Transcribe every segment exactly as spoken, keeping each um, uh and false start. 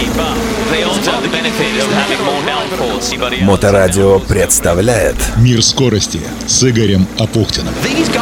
Моторадио представляет «Мир скорости» с Игорем Апухтиным.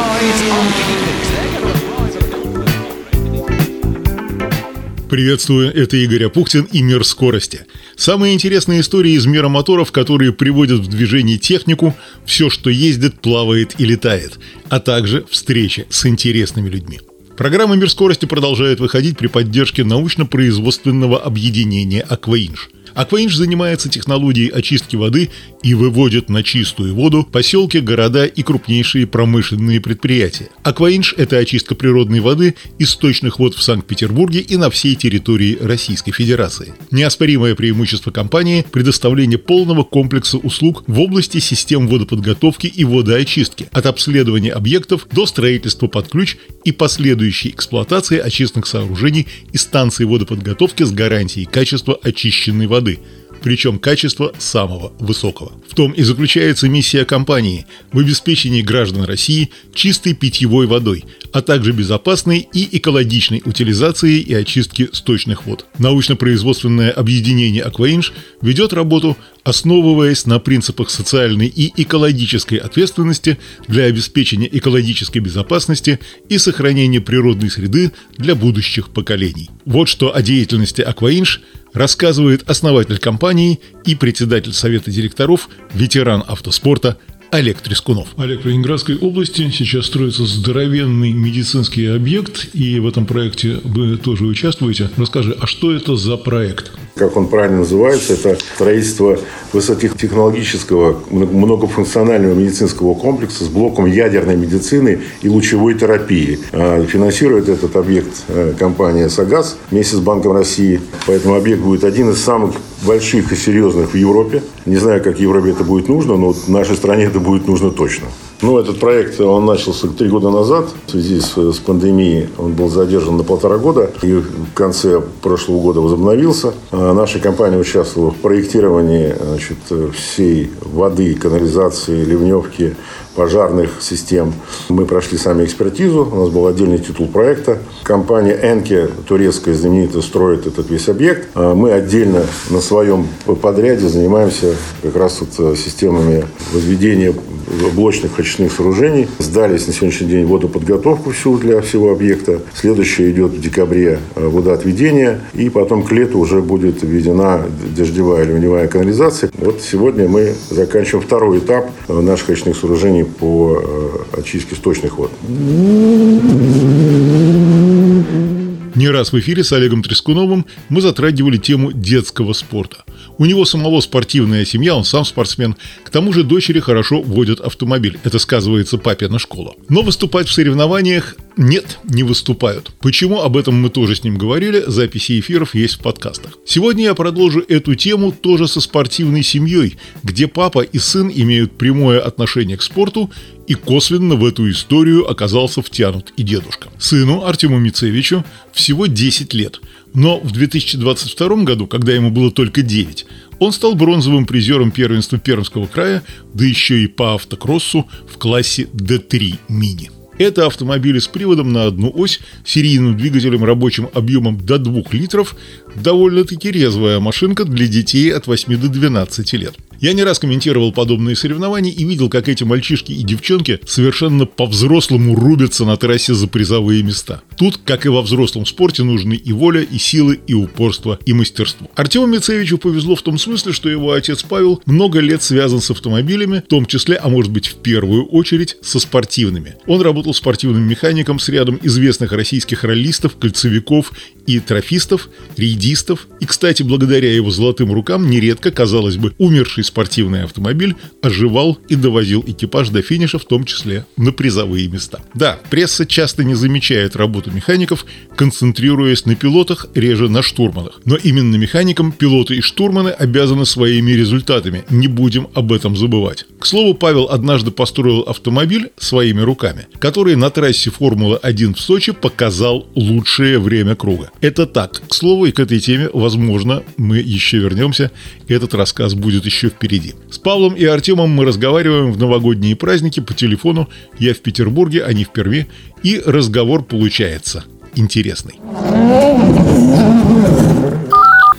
Приветствую, это Игорь Апухтин и «Мир скорости». Самые интересные истории из мира моторов, которые приводят в движение технику, все, что ездит, плавает и летает, а также встречи с интересными людьми. Программа «Мир скорости» продолжает выходить при поддержке научно-производственного объединения «Акваинж». «Акваинж» занимается технологией очистки воды и выводит на чистую воду поселки, города и крупнейшие промышленные предприятия. «Акваинж» — это очистка природной воды из сточных вод в Санкт-Петербурге и на всей территории Российской Федерации. Неоспоримое преимущество компании – предоставление полного комплекса услуг в области систем водоподготовки и водоочистки, от обследования объектов до строительства под ключ и последующей эксплуатации очистных сооружений и станций водоподготовки с гарантией качества очищенной воды. Причем качество самого высокого. В том и заключается миссия компании – в обеспечении граждан России чистой питьевой водой, а также безопасной и экологичной утилизацией и очистки сточных вод. Научно-производственное объединение «Акваинж» ведет работу, основываясь на принципах социальной и экологической ответственности для обеспечения экологической безопасности и сохранения природной среды для будущих поколений. Вот что о деятельности «Акваинж» рассказывает основатель компании и председатель совета директоров, ветеран автоспорта Олег Трескунов. Олег, в Ленинградской области сейчас строится здоровенный медицинский объект, и в этом проекте вы тоже участвуете. Расскажи, а что это за проект? Как он правильно называется, это строительство высокотехнологического многофункционального медицинского комплекса с блоком ядерной медицины и лучевой терапии. Финансирует этот объект компания «Согаз» вместе с Банком России. Поэтому объект будет один из самых больших и серьезных в Европе. Не знаю, как в Европе это будет нужно, но в нашей стране это будет нужно точно. Ну, этот проект, он начался три года назад. В связи с, с пандемией он был задержан на полтора года. И в конце прошлого года возобновился. А наша компания участвовала в проектировании, значит, всей воды, канализации, ливневки, пожарных систем. Мы прошли сами экспертизу. У нас был отдельный титул проекта. Компания «Энке», турецкая, знаменитая, строит этот весь объект. А мы отдельно на своем подряде занимаемся как раз вот системами возведения блочных очистных сооружений. Сдались на сегодняшний день водоподготовку всю для всего объекта. Следующее идет в декабре водоотведение. И потом к лету уже будет введена дождевая ливневая канализация. Вот сегодня мы заканчиваем второй этап наших очистных сооружений по очистке сточных вод. Не раз в эфире с Олегом Трескуновым мы затрагивали тему детского спорта. У него самого спортивная семья, он сам спортсмен. К тому же дочери хорошо водят автомобиль. Это сказывается папина школа. Но выступать в соревнованиях нет, не выступают. Почему? Об этом мы тоже с ним говорили. Записи эфиров есть в подкастах. Сегодня я продолжу эту тему тоже со спортивной семьей, где папа и сын имеют прямое отношение к спорту, и косвенно в эту историю оказался втянут и дедушка. Сыну Артему Мицевичу всего десять лет. Но в две тысячи двадцать втором году, когда ему было только девять, он стал бронзовым призером первенства Пермского края, да еще и по автокроссу в классе дэ три мини. Это автомобили с приводом на одну ось, серийным двигателем рабочим объемом до двух литров, довольно-таки резвая машинка для детей от восьми до двенадцати лет. Я не раз комментировал подобные соревнования и видел, как эти мальчишки и девчонки совершенно по-взрослому рубятся на трассе за призовые места. Тут, как и во взрослом спорте, нужны и воля, и силы, и упорство, и мастерство. Артему Мицевичу повезло в том смысле, что его отец Павел много лет связан с автомобилями, в том числе, а может быть в первую очередь, со спортивными. Он работал спортивным механиком с рядом известных российских раллистов, кольцевиков и трофистов, рейдистов. И, кстати, благодаря его золотым рукам нередко, казалось бы, умерший спортивный автомобиль оживал и довозил экипаж до финиша, в том числе на призовые места. Да, пресса часто не замечает работу механиков, концентрируясь на пилотах, реже на штурманах. Но именно механикам пилоты и штурманы обязаны своими результатами. Не будем об этом забывать. К слову, Павел однажды построил автомобиль своими руками, который на трассе Формулы один в Сочи показал лучшее время круга. Это так. К слову, и к этой теме, возможно, мы еще вернемся. Этот рассказ будет еще впереди. С Павлом и Артемом мы разговариваем в новогодние праздники по телефону. Я в Петербурге, они в Перми. И разговор получается интересный.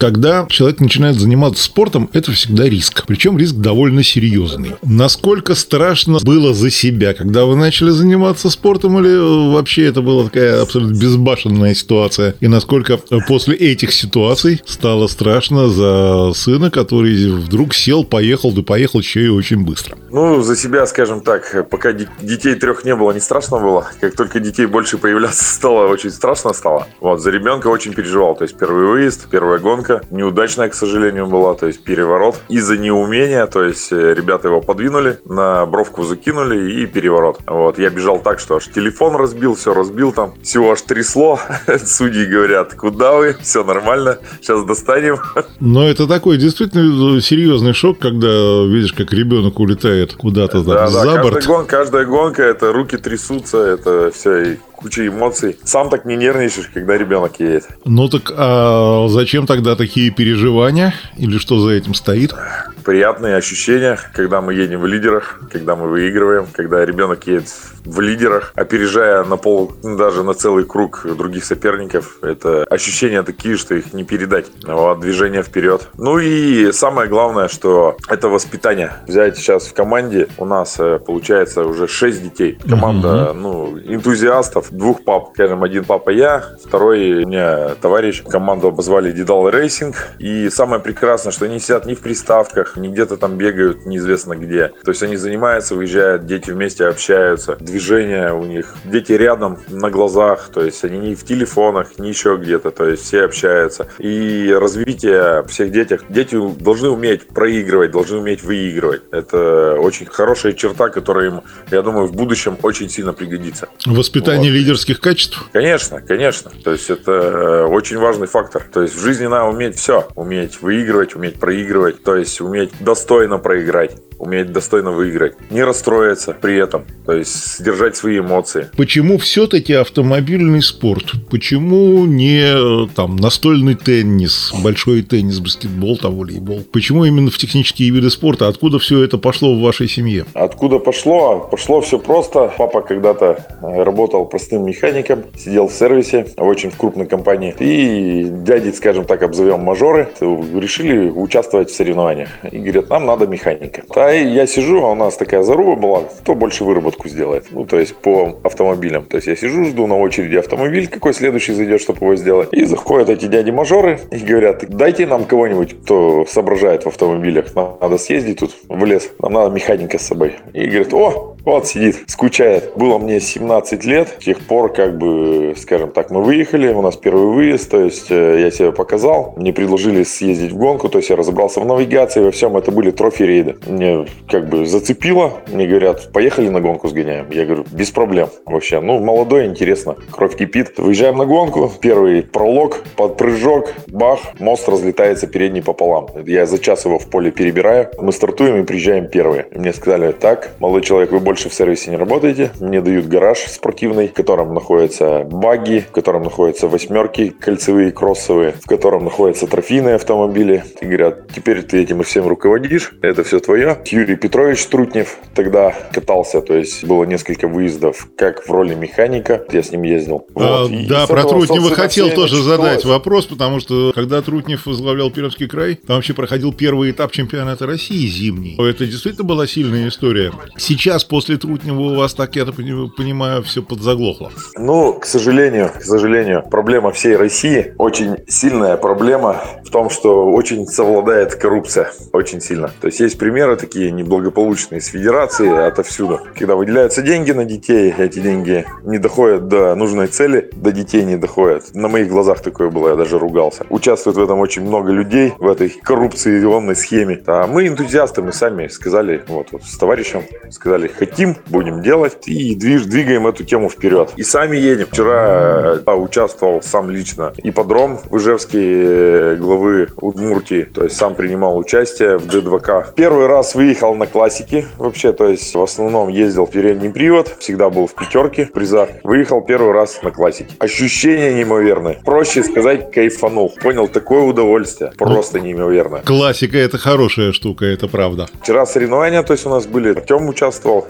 когда человек начинает заниматься спортом, это всегда риск. Причем риск довольно серьезный. Насколько страшно было за себя, когда вы начали заниматься спортом, или вообще это была такая абсолютно безбашенная ситуация? И насколько после этих ситуаций стало страшно за сына, который вдруг сел, поехал, да поехал еще и очень быстро? Ну, за себя, скажем так, пока детей трех не было, не страшно было. Как только детей больше появляться стало, очень страшно стало. Вот, за ребенка очень переживал. То есть первый выезд, первая гонка, неудачная, к сожалению, была, то есть переворот. Из-за неумения, то есть ребята его подвинули, на бровку закинули и переворот. Вот, я бежал так, что аж телефон разбил, все разбил там, всего аж трясло. Судьи говорят, куда вы? Все нормально, сейчас достанем. Но это такой действительно серьезный шок, когда видишь, как ребенок улетает куда-то да, за да, борт. Каждая гонка, каждая гонка, это руки трясутся, это все, и куча эмоций. Сам так не нервничаешь, когда ребенок едет. Ну так а зачем тогда такие переживания? Или что за этим стоит? Приятные ощущения, когда мы едем в лидерах, когда мы выигрываем, когда ребенок едет в лидерах, опережая на пол, даже на целый круг других соперников. Это ощущения такие, что их не передать. Вот, движение вперед. Ну и самое главное, что это воспитание. Взять сейчас в команде у нас получается уже шесть детей. Команда, угу. ну, энтузиастов, двух пап. Скажем, один папа я, второй у меня товарищ. Команду обозвали Дедал Рейсинг. И самое прекрасное, что они сидят не в приставках, не где-то там бегают, неизвестно где. То есть они занимаются, выезжают, дети вместе общаются. Движения у них, дети рядом, на глазах, то есть они не в телефонах, не еще где-то, то есть все общаются. И развитие всех детях, дети должны уметь проигрывать, должны уметь выигрывать. Это очень хорошая черта, которая им, я думаю, в будущем очень сильно пригодится. Воспитание вот. Лидерских качеств? Конечно, конечно. То есть это очень важный фактор. То есть в жизни надо уметь все. Уметь выигрывать, уметь проигрывать, то есть уметь достойно проиграть, уметь достойно выиграть, не расстроиться при этом, то есть сдержать свои эмоции. Почему все-таки автомобильный спорт? Почему не там настольный теннис, большой теннис, баскетбол, там, волейбол? Почему именно в технические виды спорта? Откуда все это пошло в вашей семье? Откуда пошло? Пошло все просто. Папа когда-то работал простым механиком, сидел в сервисе, очень в крупной компании. И дяди, скажем так, обзовем мажоры, решили участвовать в соревнованиях. И говорят, нам надо механика. А я сижу, а у нас такая заруба была, кто больше выработку сделает. Ну, то есть по автомобилям. То есть я сижу, жду на очереди автомобиль, какой следующий зайдет, чтобы его сделать. И заходят эти дяди-мажоры и говорят, дайте нам кого-нибудь, кто соображает в автомобилях. Нам надо съездить тут в лес, нам надо механика с собой. И говорят, о, вот сидит, скучает. Было мне семнадцать лет, с тех пор, как бы, скажем так, мы выехали, у нас первый выезд, то есть я себя показал, мне предложили съездить в гонку, то есть я разобрался в навигации, во всем, это были трофи-рейды. Мне как бы зацепило, мне говорят, поехали на гонку сгоняем. Я говорю, без проблем вообще, ну, молодой, интересно, кровь кипит. Выезжаем на гонку, первый пролог, подпрыжок, бах, мост разлетается передний пополам. Я за час его в поле перебираю, мы стартуем и приезжаем первые. И мне сказали, так, молодой человек, вы больше в сервисе не работаете, мне дают гараж спортивный, в котором находятся багги, в котором находятся восьмерки кольцевые, кроссовые, в котором находятся трофейные автомобили. И говорят, теперь ты этим и всем руководишь, это все твое. Юрий Петрович Трутнев тогда катался, то есть было несколько выездов, как в роли механика, я с ним ездил. А, вот. Да, про Трутнева хотел тоже задать вопрос, потому что когда Трутнев возглавлял Пермский край, там вообще проходил первый этап чемпионата России зимний. Это действительно была сильная история. Сейчас после Трутнева у вас, так я понимаю, все подзаглохло. Ну, к сожалению, к сожалению, проблема всей России, очень сильная проблема в том, что очень совладает коррупция, очень сильно. То есть есть примеры такие неблагополучные с федерации, отовсюду. Когда выделяются деньги на детей, эти деньги не доходят до нужной цели, до детей не доходят. На моих глазах такое было, я даже ругался. Участвует в этом очень много людей, в этой коррупционной схеме. А мы энтузиасты, мы сами сказали, вот, вот с товарищем, сказали, хотим, будем делать и движ, двигаем эту тему вперед. И сами едем. Вчера да, участвовал сам лично ипподром в Ижевске главы Удмуртии, то есть сам принимал участие в Д два К. Первый раз выехал на классике вообще, то есть в основном ездил в передний привод, всегда был в пятерке в призах. Выехал первый раз на классике. Ощущения неимоверные. Проще сказать, кайфанул. Понял, такое удовольствие. Просто ну, неимоверное. Классика — это хорошая штука, это правда. Вчера соревнования, то есть у нас были. Артем участвовал,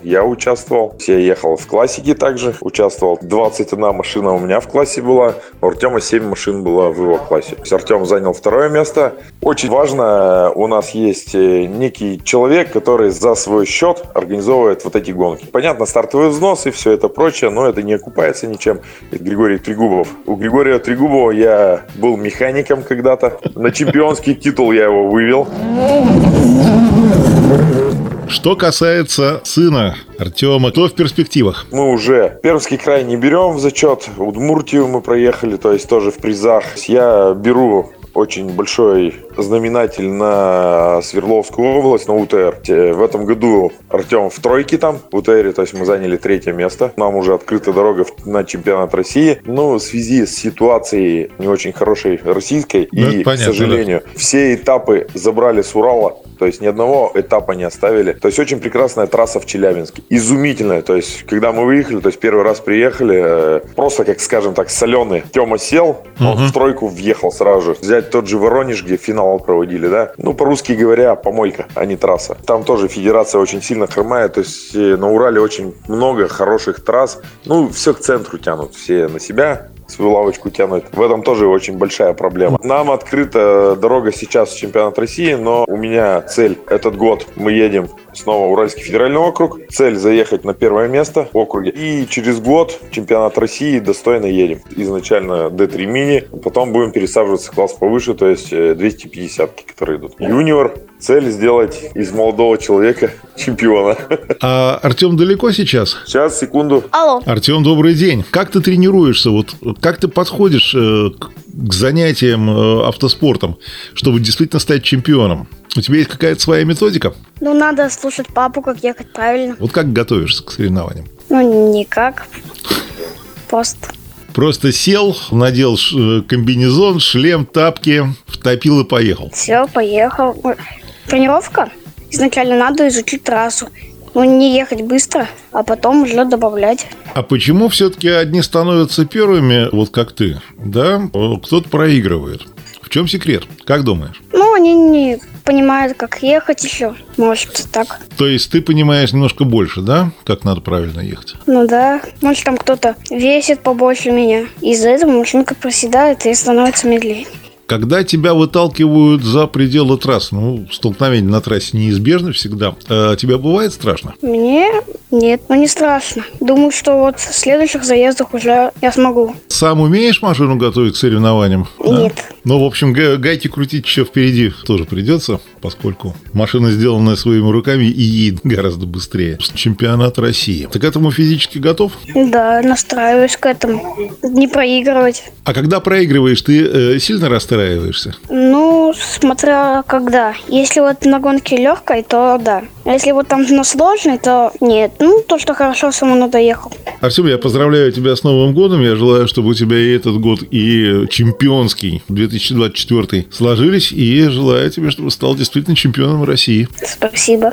я участвовал. Я ехал в классике также, участвовал. двадцать одна машина у меня в классе была, у Артема семь машин было в его классе. Артем занял второе место. Очень важно, у нас есть некий человек, который за свой счет организовывает вот эти гонки. Понятно, стартовый взнос и все это прочее, но это не окупается ничем. Это Григорий Трегубов. У Григория Трегубова я был механиком когда-то. На чемпионский титул я его вывел. Что касается сына Артема, то в перспективах. Мы уже Пермский край не берем в зачет. Удмуртию мы проехали, то есть тоже в призах. Я беру очень большой знаменатель на Свердловскую область, на УТР. В этом году Артем в тройке там, в УТРе, то есть мы заняли третье место. Нам уже открыта дорога на чемпионат России. Но в связи с ситуацией не очень хорошей российской, ну, и, понятно, к сожалению, да, все этапы забрали с Урала. То есть ни одного этапа не оставили. То есть очень прекрасная трасса в Челябинске. Изумительная. То есть когда мы выехали, то есть первый раз приехали, просто, как скажем так, соленый. Тёма сел, он uh-huh. в тройку въехал сразу же. Взять тот же Воронеж, где финал проводили, да. Ну, по-русски говоря, помойка, а не трасса. Там тоже федерация очень сильно хромает. То есть на Урале очень много хороших трасс. Ну, все к центру тянут. Все на себя свою лавочку тянут. В этом тоже очень большая проблема. Нам открыта дорога сейчас в чемпионат России, но у меня цель этот год. Мы едем снова в Уральский федеральный округ. Цель заехать на первое место в округе. И через год чемпионат России достойно едем. Изначально Д три мини, потом будем пересаживаться в класс повыше, то есть двести пятидесятки, которые идут. Юниор. Цель сделать из молодого человека чемпиона. А Артем далеко сейчас? Сейчас, секунду. Алло. Артем, добрый день. Как ты тренируешься? Вот как ты подходишь э, к занятиям э, автоспортом, чтобы действительно стать чемпионом? У тебя есть какая-то своя методика? Ну, надо слушать папу, как ехать правильно. Вот как готовишься к соревнованиям? Ну, никак. Просто. Просто сел, надел комбинезон, шлем, тапки, втопил и поехал. Все, поехал. Тренировка. Изначально надо изучить трассу. Ну, не ехать быстро, а потом уже добавлять. А почему все-таки одни становятся первыми, вот как ты, да? Кто-то проигрывает. В чем секрет? Как думаешь? Ну, они не понимают, как ехать еще. Может, так. То есть ты понимаешь немножко больше, да? Как надо правильно ехать? Ну да. Может, там кто-то весит побольше меня. Из-за этого машинка проседает и становится медленнее. Когда тебя выталкивают за пределы трассы, ну, столкновение на трассе неизбежно всегда, а тебе бывает страшно? Мне нет, но не страшно. Думаю, что вот в следующих заездах уже я смогу. Сам умеешь машину готовить к соревнованиям? Нет. Да? Ну, в общем, гайки крутить еще впереди тоже придется, поскольку машина, сделанная своими руками, и едет гораздо быстрее. Чемпионат России. Ты к этому физически готов? Да, настраиваюсь к этому. Не проигрывать. А когда проигрываешь, ты э, сильно расстраиваешься? Ну, смотря когда. Если вот на гонке легкой, то да. А если вот там на сложной, то нет. Ну, то, что хорошо самому доехал. Артем, я поздравляю тебя с Новым годом. Я желаю, чтобы у тебя и этот год, и чемпионский две тысячи двадцать четвёртый сложились. И желаю тебе, чтобы стал действительно чемпионом России. Спасибо.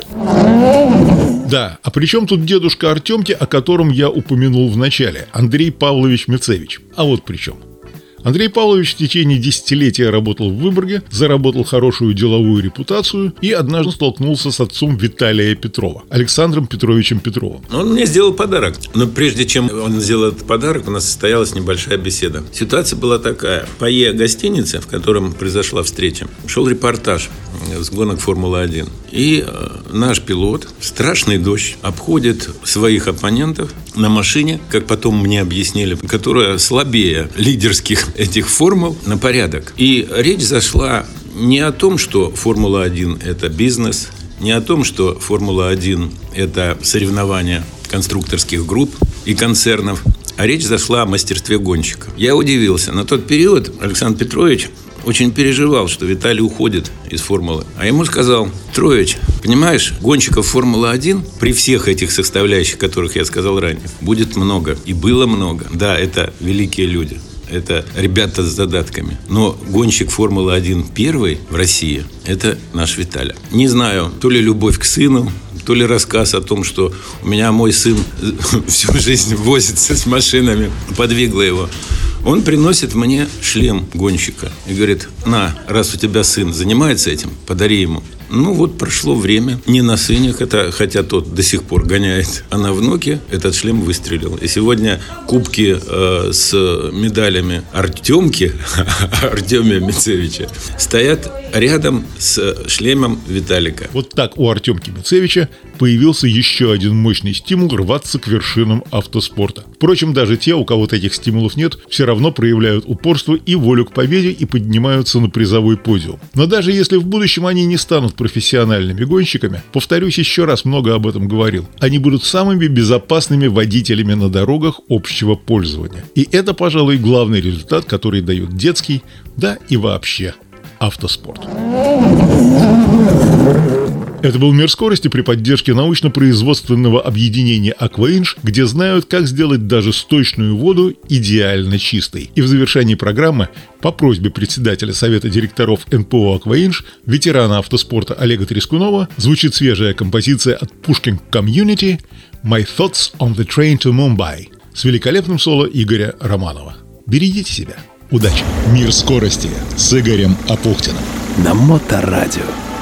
Да, а при чем тут дедушка Артемки, о котором я упомянул в начале? Андрей Павлович Мицевич. А вот при чем. Андрей Павлович в течение десятилетия работал в Выборге, заработал хорошую деловую репутацию и однажды столкнулся с отцом Виталия Петрова, Александром Петровичем Петровым. Он мне сделал подарок. Но прежде чем он сделал этот подарок, у нас состоялась небольшая беседа. Ситуация была такая. В фойе гостиницы, в котором произошла встреча, шел репортаж с гонок Формулы один. И наш пилот в страшный дождь обходит своих оппонентов на машине, как потом мне объяснили, которая слабее лидерских этих формул на порядок. И речь зашла не о том, что Формула один – это бизнес, не о том, что Формула один – это соревнования конструкторских групп и концернов, а речь зашла о мастерстве гонщика. Я удивился. На тот период Александр Петрович очень переживал, что Виталий уходит из Формулы. А ему сказал: Петрович, понимаешь, гонщиков Формулы один при всех этих составляющих, которых я сказал ранее, будет много. И было много. Да, это великие люди. Это ребята с задатками. Но гонщик Формулы один первый в России – это наш Виталя. Не знаю, то ли любовь к сыну, то ли рассказ о том, что у меня мой сын всю жизнь возится с машинами, подвигло его. Он приносит мне шлем гонщика и говорит: на, раз у тебя сын занимается этим, подари ему. Ну вот прошло время. Не на сыне, это, хотя тот до сих пор гоняет, а на внуке этот шлем выстрелил. И сегодня кубки э, с медалями Артемки, Артемия Мицевича, стоят рядом с шлемом Виталика. Вот так у Артемки Мицевича появился еще один мощный стимул рваться к вершинам автоспорта. Впрочем, даже те, у кого таких стимулов нет, все равно проявляют упорство и волю к победе и поднимаются на призовой подиум. Но даже если в будущем они не станут профессиональными гонщиками, повторюсь еще раз, много об этом говорил, они будут самыми безопасными водителями на дорогах общего пользования. И это, пожалуй, главный результат, который дает детский, да и вообще автоспорт. Это был «Мир скорости» при поддержке научно-производственного объединения «Акваинж», где знают, как сделать даже сточную воду идеально чистой. И в завершении программы по просьбе председателя Совета директоров эн пэ о «Акваинж», ветерана автоспорта Олега Трескунова, звучит свежая композиция от Pushkin Community «My Thoughts on the Train to Mumbai» с великолепным соло Игоря Романова. Берегите себя. Удачи! «Мир скорости» с Игорем Апухтиным на Моторадио.